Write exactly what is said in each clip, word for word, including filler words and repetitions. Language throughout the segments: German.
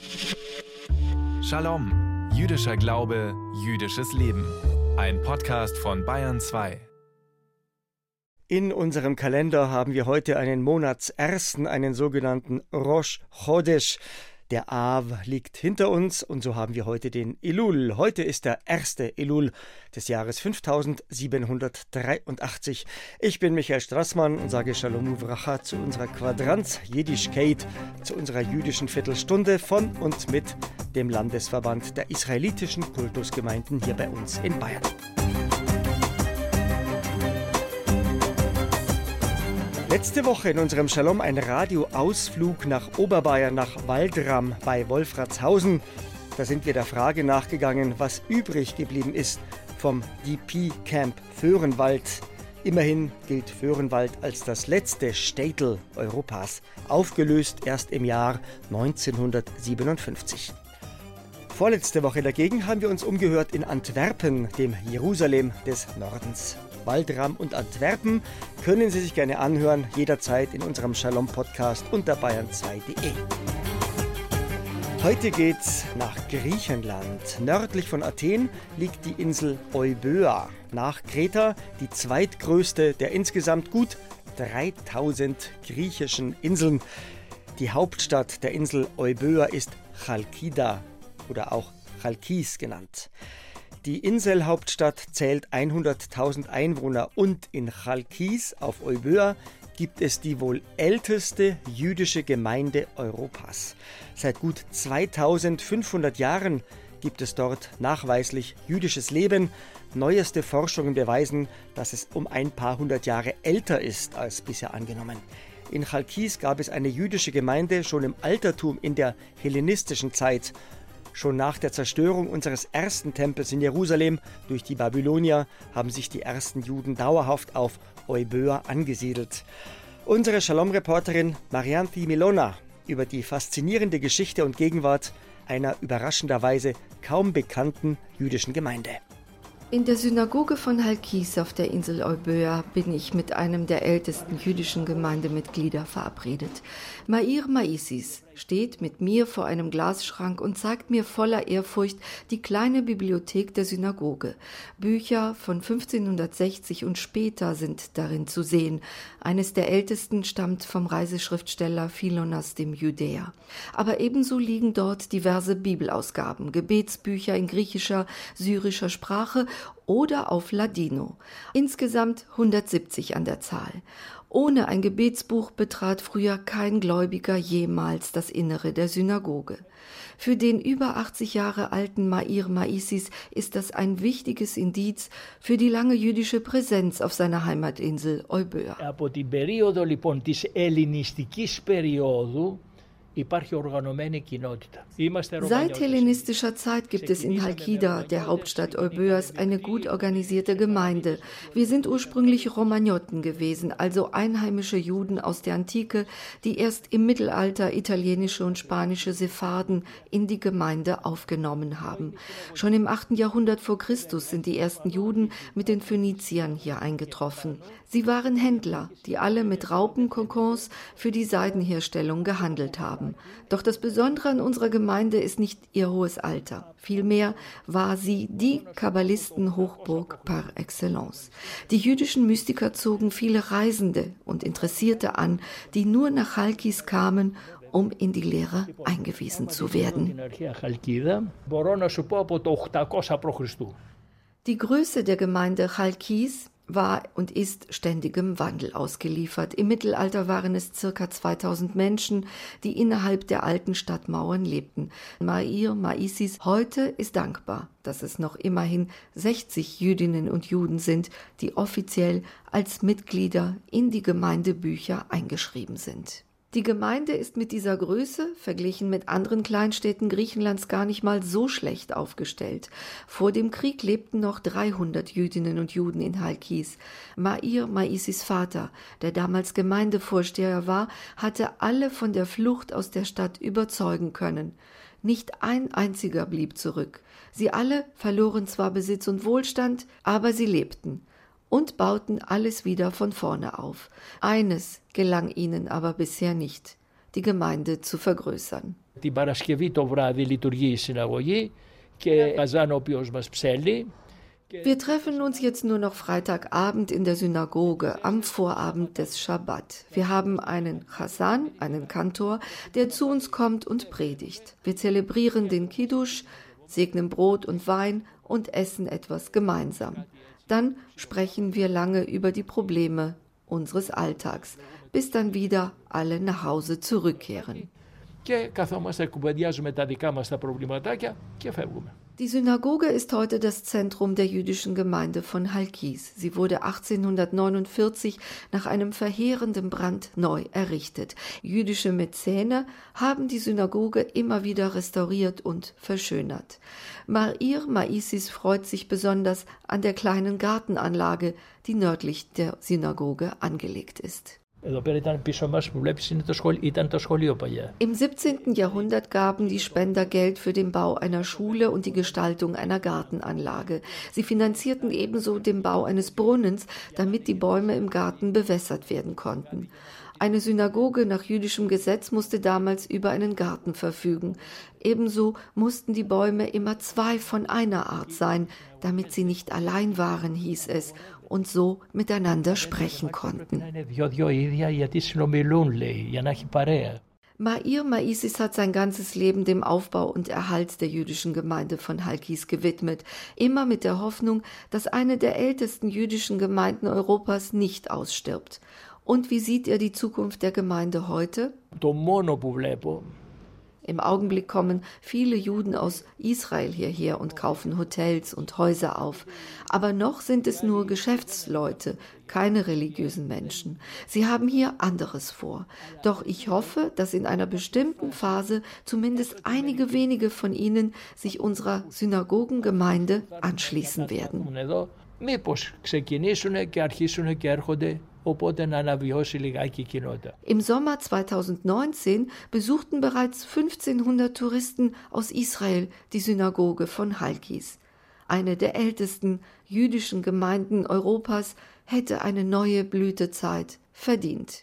Shalom, jüdischer Glaube, jüdisches Leben. Ein Podcast von Bayern zwei. In unserem Kalender haben wir heute einen Monatsersten, einen sogenannten Rosh Chodesh. Der Av liegt hinter uns und so haben wir heute den Elul. Heute ist der erste Elul des Jahres fünftausendsiebenhundertdreiundachtzig. Ich bin Michael Strassmann und sage Shalom Uvracha zu unserer Quadranz Jiddischkeit, zu unserer jüdischen Viertelstunde von und mit dem Landesverband der israelitischen Kultusgemeinden hier bei uns in Bayern. Letzte Woche in unserem Shalom ein Radioausflug nach Oberbayern, nach Waldram bei Wolfratshausen. Da sind wir der Frage nachgegangen, was übrig geblieben ist vom D P-Camp Vöhrenwald. Immerhin gilt Vöhrenwald als das letzte Städtel Europas, aufgelöst erst im Jahr neunzehnhundertsiebenundfünfzig. Vorletzte Woche dagegen haben wir uns umgehört in Antwerpen, dem Jerusalem des Nordens. Waldram und Antwerpen können Sie sich gerne anhören, jederzeit in unserem Shalom-Podcast unter bayern zwei punkt de. Heute geht's nach Griechenland. Nördlich von Athen liegt die Insel Euböa. Nach Kreta die zweitgrößte der insgesamt gut dreitausend griechischen Inseln. Die Hauptstadt der Insel Euböa ist Chalkida oder auch Chalkis genannt. Die Inselhauptstadt zählt hunderttausend Einwohner und in Chalkis auf Euböa gibt es die wohl älteste jüdische Gemeinde Europas. Seit gut zweitausendfünfhundert Jahren gibt es dort nachweislich jüdisches Leben. Neueste Forschungen beweisen, dass es um ein paar hundert Jahre älter ist als bisher angenommen. In Chalkis gab es eine jüdische Gemeinde schon im Altertum in der hellenistischen Zeit. Schon nach der Zerstörung unseres ersten Tempels in Jerusalem durch die Babylonier haben sich die ersten Juden dauerhaft auf Euböa angesiedelt. Unsere Shalom-Reporterin Marianthi Milona über die faszinierende Geschichte und Gegenwart einer überraschenderweise kaum bekannten jüdischen Gemeinde. In der Synagoge von Chalkis auf der Insel Euböa bin ich mit einem der ältesten jüdischen Gemeindemitglieder verabredet. Meir Maisis steht mit mir vor einem Glasschrank und zeigt mir voller Ehrfurcht die kleine Bibliothek der Synagoge. Bücher von fünfzehnhundertsechzig und später sind darin zu sehen. Eines der ältesten stammt vom Reiseschriftsteller Philonas dem Judäer. Aber ebenso liegen dort diverse Bibelausgaben, Gebetsbücher in griechischer, syrischer Sprache oder auf Ladino. Insgesamt hundertsiebzig an der Zahl. Ohne ein Gebetsbuch betrat früher kein Gläubiger jemals das Innere der Synagoge. Für den über achtzig Jahre alten Meir Maisis ist das ein wichtiges Indiz für die lange jüdische Präsenz auf seiner Heimatinsel Euböa. Από την περίοδο λοιπόν της ελληνιστικής περίοδου υπάρχει οργανωμένη κοινότητα. Seit hellenistischer Zeit gibt es in Chalkida, der Hauptstadt Euböas, eine gut organisierte Gemeinde. Wir sind ursprünglich Romagnotten gewesen, also einheimische Juden aus der Antike, die erst im Mittelalter italienische und spanische Sepharden in die Gemeinde aufgenommen haben. Schon im achten Jahrhundert vor Christus sind die ersten Juden mit den Phöniziern hier eingetroffen. Sie waren Händler, die alle mit Raupenkokons für die Seidenherstellung gehandelt haben. Doch das Besondere an unserer Gemeinde ist nicht ihr hohes Alter. Vielmehr war sie die Kabbalistenhochburg par excellence. Die jüdischen Mystiker zogen viele Reisende und Interessierte an, die nur nach Chalkis kamen, um in die Lehre eingewiesen zu werden. Die Größe der Gemeinde Chalkis war und ist ständigem Wandel ausgeliefert. Im Mittelalter waren es circa zweitausend Menschen, die innerhalb der alten Stadtmauern lebten. Meir Maisis heute ist dankbar, dass es noch immerhin sechzig Jüdinnen und Juden sind, die offiziell als Mitglieder in die Gemeindebücher eingeschrieben sind. Die Gemeinde ist mit dieser Größe, verglichen mit anderen Kleinstädten Griechenlands, gar nicht mal so schlecht aufgestellt. Vor dem Krieg lebten noch dreihundert Jüdinnen und Juden in Chalkis. Meir Maisis Vater, der damals Gemeindevorsteher war, hatte alle von der Flucht aus der Stadt überzeugen können. Nicht ein einziger blieb zurück. Sie alle verloren zwar Besitz und Wohlstand, aber sie lebten und bauten alles wieder von vorne auf. Eines gelang ihnen aber bisher nicht, die Gemeinde zu vergrößern. Την Παρασκευή το βράδυ λειτουργεί η συναγωγή και καζάν ο οποίος μας ψέλει. Wir treffen uns jetzt nur noch Freitagabend in der Synagoge am Vorabend des Schabbat. Wir haben einen Chazan, einen Kantor, der zu uns kommt und predigt. Wir zelebrieren den Kiddush, segnen Brot und Wein und essen etwas gemeinsam. Dann sprechen wir lange über die Probleme unseres Alltags, bis dann wieder alle nach Hause zurückkehren. Και καθόμαστε, κουβεντιάζουμε τα δικά μας τα προβληματάκια και φεύγουμε. Die Synagoge ist heute das Zentrum der jüdischen Gemeinde von Halkiz. Sie wurde achtzehnhundertneunundvierzig nach einem verheerenden Brand neu errichtet. Jüdische Mäzene haben die Synagoge immer wieder restauriert und verschönert. Mair Maisis freut sich besonders an der kleinen Gartenanlage, die nördlich der Synagoge angelegt ist. Εδώ πέρα ήταν πίσω μας που βλέπεις είναι το σχολείο, ήταν το σχολείο παλιά. Im siebzehnten Jahrhundert gaben die Spender Geld für den Bau einer Schule und die Gestaltung einer Gartenanlage. Sie finanzierten ebenso den Bau eines Brunnens, damit die Bäume im Garten bewässert werden konnten. Eine Synagoge nach jüdischem Gesetz musste damals über einen Garten verfügen. Ebenso mussten die Bäume immer zwei von einer Art sein, damit sie nicht allein waren, hieß es, und so miteinander sprechen konnten. Mair Maisis hat sein ganzes Leben dem Aufbau und Erhalt der jüdischen Gemeinde von Halkiz gewidmet, immer mit der Hoffnung, dass eine der ältesten jüdischen Gemeinden Europas nicht ausstirbt. Und wie sieht er die Zukunft der Gemeinde heute? Im Augenblick kommen viele Juden aus Israel hierher und kaufen Hotels und Häuser auf. Aber noch sind es nur Geschäftsleute, keine religiösen Menschen. Sie haben hier anderes vor. Doch ich hoffe, dass in einer bestimmten Phase zumindest einige wenige von ihnen sich unserer Synagogengemeinde anschließen werden. Μήπως ξεκινήσουν και αρχίσουν και έρχονται, οπότε να αναβιώσει λιγάκι η κοινότητα. Im Sommer zweitausendneunzehn besuchten bereits fünfzehnhundert Touristen aus Israel die Synagoge von Halkiz. Eine der ältesten jüdischen Gemeinden Europas hätte eine neue Blütezeit verdient.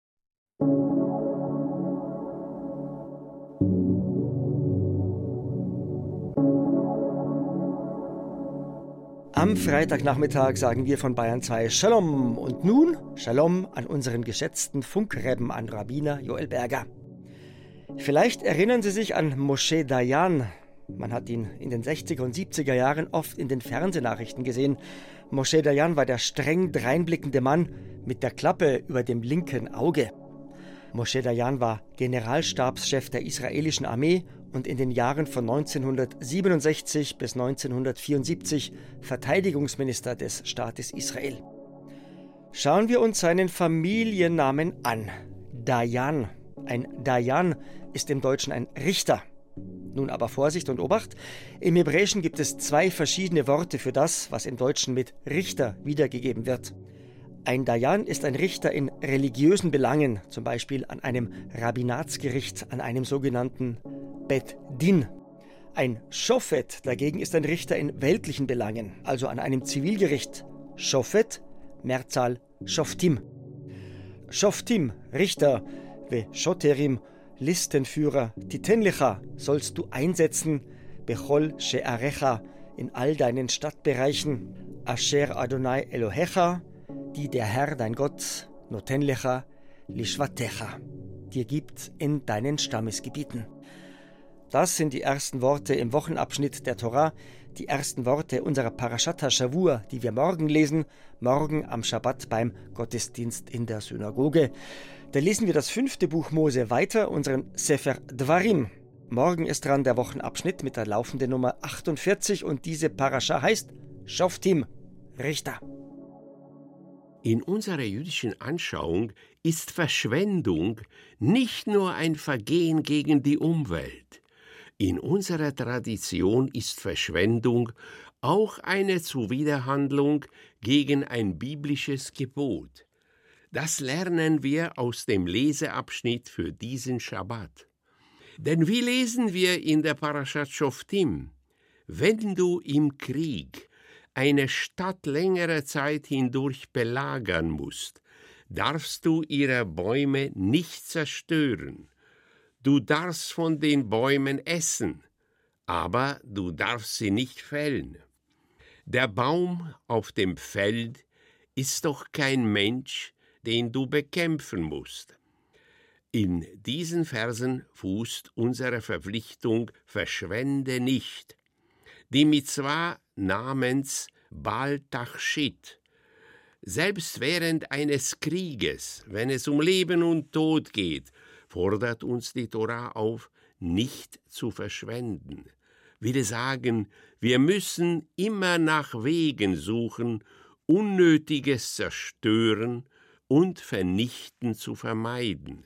Am Freitagnachmittag sagen wir von Bayern zwei Shalom und nun Shalom an unseren geschätzten Funkrebben, an Rabbiner Joel Berger. Vielleicht erinnern Sie sich an Moshe Dayan. Man hat ihn in den sechziger und siebziger Jahren oft in den Fernsehnachrichten gesehen. Moshe Dayan war der streng dreinblickende Mann mit der Klappe über dem linken Auge. Moshe Dayan war Generalstabschef der israelischen Armee und in den Jahren von neunzehnhundertsiebenundsechzig bis neunzehnhundertvierundsiebzig Verteidigungsminister des Staates Israel. Schauen wir uns seinen Familiennamen an. Dayan. Ein Dayan ist im Deutschen ein Richter. Nun aber Vorsicht und Obacht, im Hebräischen gibt es zwei verschiedene Worte für das, was im Deutschen mit Richter wiedergegeben wird. Ein Dayan ist ein Richter in religiösen Belangen, zum Beispiel an einem Rabbinatsgericht, an einem sogenannten Bet Din. Ein Shofet dagegen ist ein Richter in weltlichen Belangen, also an einem Zivilgericht. Shofet, Mehrzahl Shoftim. Shoftim, Richter, ve Shoterim, Listenführer, Titenlecha, sollst du einsetzen, Bechol She'arecha, in all deinen Stadtbereichen, Asher Adonai Elohecha, die der Herr, dein Gott, Notenlecha, Lishvatecha, dir gibt in deinen Stammesgebieten. Das sind die ersten Worte im Wochenabschnitt der Torah, die ersten Worte unserer Parashat HaShavua, die wir morgen lesen, morgen am Schabbat beim Gottesdienst in der Synagoge. Da lesen wir das fünfte Buch Mose weiter, unseren Sefer Dvarim. Morgen ist dran der Wochenabschnitt mit der laufenden Nummer achtundvierzig und diese Parascha heißt Shoftim, Richter. In unserer jüdischen Anschauung ist Verschwendung nicht nur ein Vergehen gegen die Umwelt. In unserer Tradition ist Verschwendung auch eine Zuwiderhandlung gegen ein biblisches Gebot. Das lernen wir aus dem Leseabschnitt für diesen Schabbat. Denn wie lesen wir in der Parashat Shoftim? Wenn du im Krieg eine Stadt längere Zeit hindurch belagern musst, darfst du ihre Bäume nicht zerstören. du darfst von den Bäumen essen, aber du darfst sie nicht fällen. Der Baum auf dem Feld ist doch kein Mensch, den du bekämpfen musst. In diesen Versen fußt unsere Verpflichtung Verschwende nicht. Die Mitzwa namens Bal Tachshit. Selbst während eines Krieges, wenn es um Leben und Tod geht, fordert uns die Tora auf, nicht zu verschwenden. Will sagen, wir müssen immer nach Wegen suchen, Unnötiges zerstören und Vernichten zu vermeiden.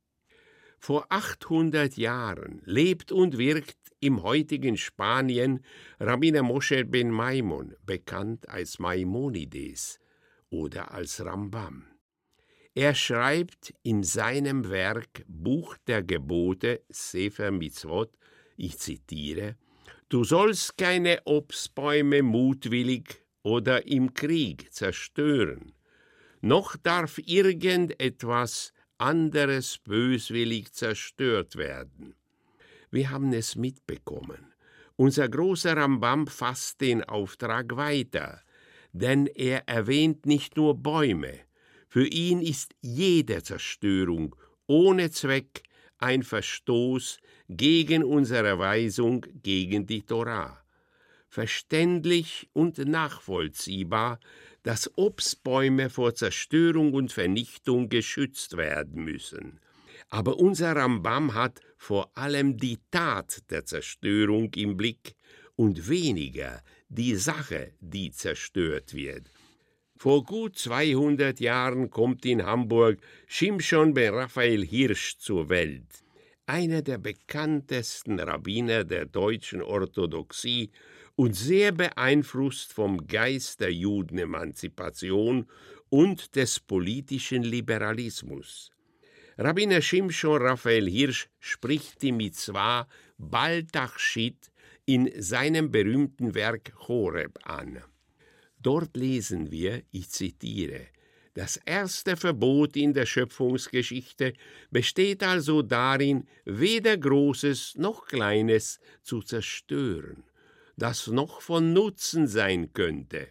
Vor achthundert Jahren lebt und wirkt im heutigen Spanien Rabbiner Moshe ben Maimon, bekannt als Maimonides oder als Rambam. Er schreibt in seinem Werk Buch der Gebote, Sefer Mitzvot, ich zitiere, du sollst keine Obstbäume mutwillig oder im Krieg zerstören, noch darf irgendetwas anderes böswillig zerstört werden. Wir haben es mitbekommen. Unser großer Rambam fasst den Auftrag weiter, denn er erwähnt nicht nur Bäume. Für ihn ist jede Zerstörung ohne Zweck ein Verstoß gegen unsere Weisung, gegen die Tora. Verständlich und nachvollziehbar, dass Obstbäume vor Zerstörung und Vernichtung geschützt werden müssen. Aber unser Rambam hat vor allem die Tat der Zerstörung im Blick und weniger die Sache, die zerstört wird. Vor gut zweihundert Jahren kommt in Hamburg Shimshon ben Raphael Hirsch zur Welt, einer der bekanntesten Rabbiner der deutschen Orthodoxie und sehr beeinflusst vom Geist der Judenemanzipation und des politischen Liberalismus. Rabbiner Shimshon Raphael Hirsch spricht die Mitzwa Bal Tachshit in seinem berühmten Werk Choreb an. Dort lesen wir, ich zitiere, das erste Verbot in der Schöpfungsgeschichte besteht also darin, weder Großes noch Kleines zu zerstören, das noch von Nutzen sein könnte.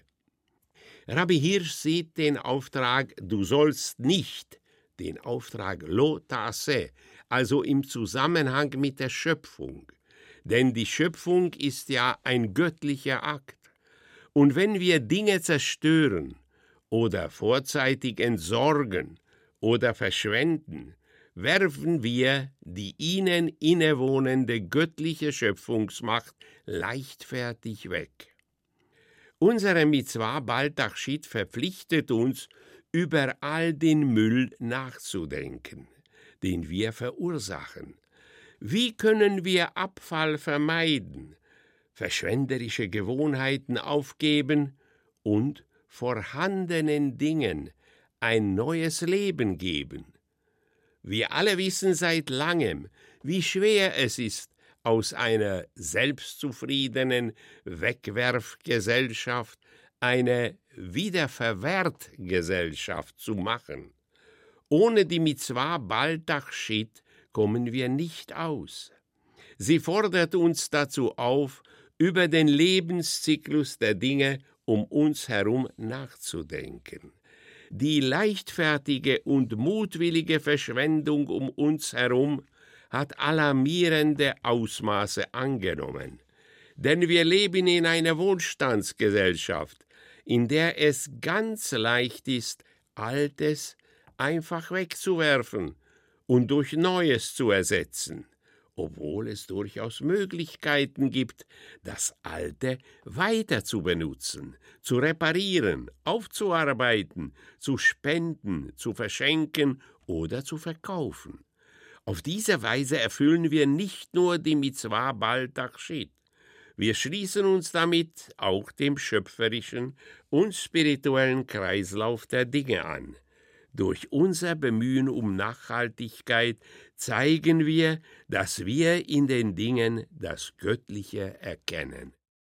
Rabbi Hirsch sieht den Auftrag, du sollst nicht, den Auftrag Lo Ta'aseh, also im Zusammenhang mit der Schöpfung. Denn die Schöpfung ist ja ein göttlicher Akt. Und wenn wir Dinge zerstören oder vorzeitig entsorgen oder verschwenden, werfen wir die ihnen innewohnende göttliche Schöpfungsmacht leichtfertig weg. Unsere Mitzwa Bal Tachshit verpflichtet uns, über all den Müll nachzudenken, den wir verursachen. Wie können wir Abfall vermeiden, verschwenderische Gewohnheiten aufgeben und vorhandenen Dingen ein neues Leben geben? Wir alle wissen seit langem, wie schwer es ist, aus einer selbstzufriedenen Wegwerfgesellschaft eine Wiederverwertgesellschaft zu machen. Ohne die Mitzwa Bal Tachshit kommen wir nicht aus. Sie fordert uns dazu auf, über den Lebenszyklus der Dinge um uns herum nachzudenken. Die leichtfertige und mutwillige Verschwendung um uns herum hat alarmierende Ausmaße angenommen. Denn wir leben in einer Wohlstandsgesellschaft, in der es ganz leicht ist, Altes einfach wegzuwerfen und durch Neues zu ersetzen, obwohl es durchaus Möglichkeiten gibt, das Alte weiter zu benutzen, zu reparieren, aufzuarbeiten, zu spenden, zu verschenken oder zu verkaufen. Auf diese Weise erfüllen wir nicht nur die Mitzwa Bal Tachshit, wir schließen uns damit auch dem schöpferischen und spirituellen Kreislauf der Dinge an. Durch unser Bemühen um Nachhaltigkeit zeigen wir, dass wir in den Dingen das Göttliche erkennen.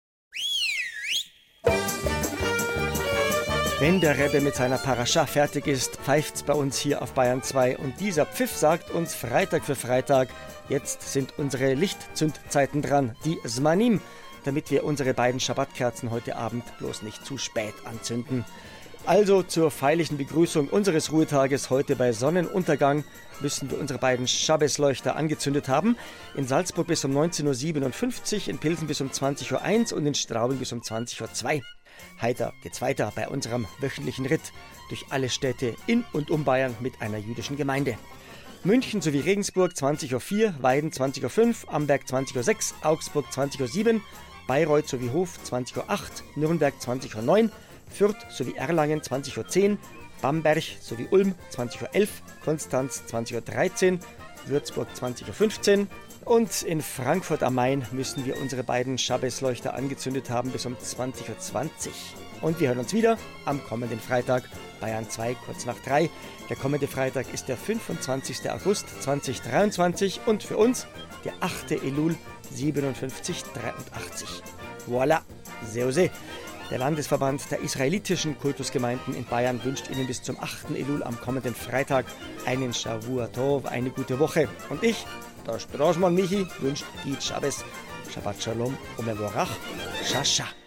Wenn der Rebbe mit seiner Parascha fertig ist, pfeift's bei uns hier auf Bayern zwei und dieser Pfiff sagt uns Freitag für Freitag, Jetzt sind unsere Lichtzündzeiten dran, die Zmanim, damit wir unsere beiden Schabbatkerzen heute Abend bloß nicht zu spät anzünden. Also zur feierlichen Begrüßung unseres Ruhetages heute bei Sonnenuntergang müssen wir unsere beiden Schabbesleuchter angezündet haben. In Salzburg bis um neunzehn Uhr siebenundfünfzig, in Pilsen bis um zwanzig Uhr eins und in Straubing bis um zwanzig Uhr zwei. Heiter geht's weiter bei unserem wöchentlichen Ritt durch alle Städte in und um Bayern mit einer jüdischen Gemeinde. München sowie Regensburg zwanzig Uhr vier, Weiden zwanzig Uhr fünf, Amberg zwanzig Uhr sechs, Augsburg zwanzig Uhr sieben, Bayreuth sowie Hof zwanzig Uhr acht, Nürnberg zwanzig Uhr neun, Fürth sowie Erlangen zwanzig Uhr zehn, Bamberg sowie Ulm zwanzig Uhr elf, Konstanz zwanzig Uhr dreizehn, Würzburg zwanzig Uhr fünfzehn und in Frankfurt am Main müssen wir unsere beiden Schabbesleuchter angezündet haben bis um zwanzig Uhr zwanzig. Und wir hören uns wieder am kommenden Freitag, Bayern zwei, kurz nach drei. Der kommende Freitag ist der fünfundzwanzigster August zweitausenddreiundzwanzig und für uns der achte Elul siebenundfünfzig dreiundachtzig. Voilà, Seose. Der Landesverband der israelitischen Kultusgemeinden in Bayern wünscht Ihnen bis zum achten Elul am kommenden Freitag einen Shavua Tov, eine gute Woche. Und ich, der Strasmann Michi, wünscht Gid Shabbos, Shabbat Shalom und Mevorach, Shasha.